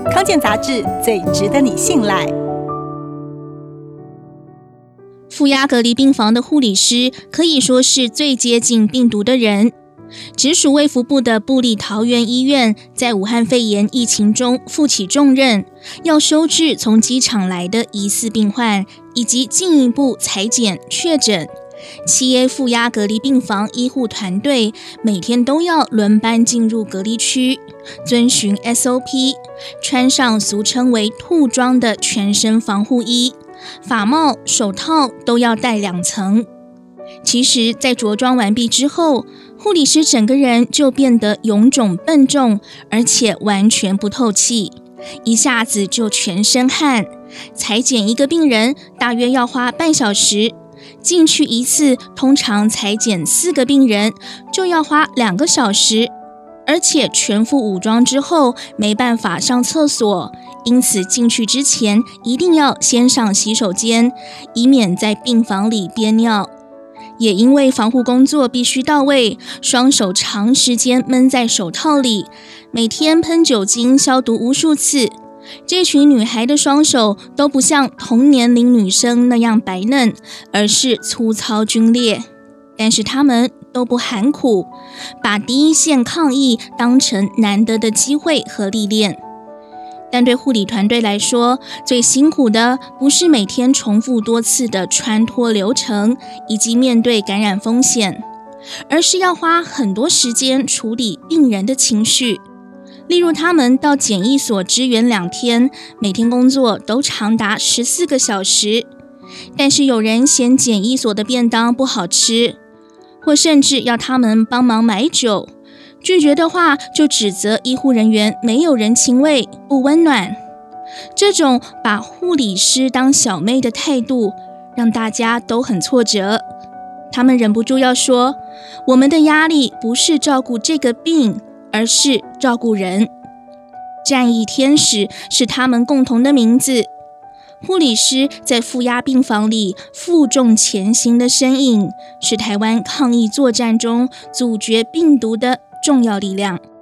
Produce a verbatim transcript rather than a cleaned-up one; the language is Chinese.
康健杂志最值得你信赖。 负压隔离病房的护理师可以说是最接近病毒的人。直属卫福部的部立桃园医院在武汉肺炎疫情中负起重任，要收治从机场来的疑似病患，以及进一步采检确诊。七 A 负压隔离病房医护团队每天都要轮班进入隔离区，遵循 S O P， 穿上俗称为兔装的全身防护衣，法帽、手套都要戴两层。其实在着装完毕之后，护理师整个人就变得臃肿笨重，而且完全不透气，一下子就全身汗。采检一个病人大约要花半小时，进去一次通常采检四个病人就要花两个小时，而且全副武装之后没办法上厕所，因此进去之前一定要先上洗手间，以免在病房里憋尿。也因为防护工作必须到位，双手长时间闷在手套里，每天喷酒精消毒无数次。这群女孩的双手都不像同年龄女生那样白嫩，而是粗糙皲裂。但是她们都不含苦，把第一线抗疫当成难得的机会和历练。但对护理团队来说，最辛苦的不是每天重复多次的穿脱流程以及面对感染风险，而是要花很多时间处理病人的情绪。例如他们到检疫所支援两天，每天工作都长达十四个小时，但是有人嫌检疫所的便当不好吃，或甚至要他们帮忙买酒，拒绝的话就指责医护人员没有人情味、不温暖。这种把护理师当小妹的态度让大家都很挫折。他们忍不住要说，我们的压力不是照顾这个病，而是照顾人。战役天使是他们共同的名字。护理师在负压病房里负重前行的身影，是台湾抗疫作战中阻绝病毒的重要力量。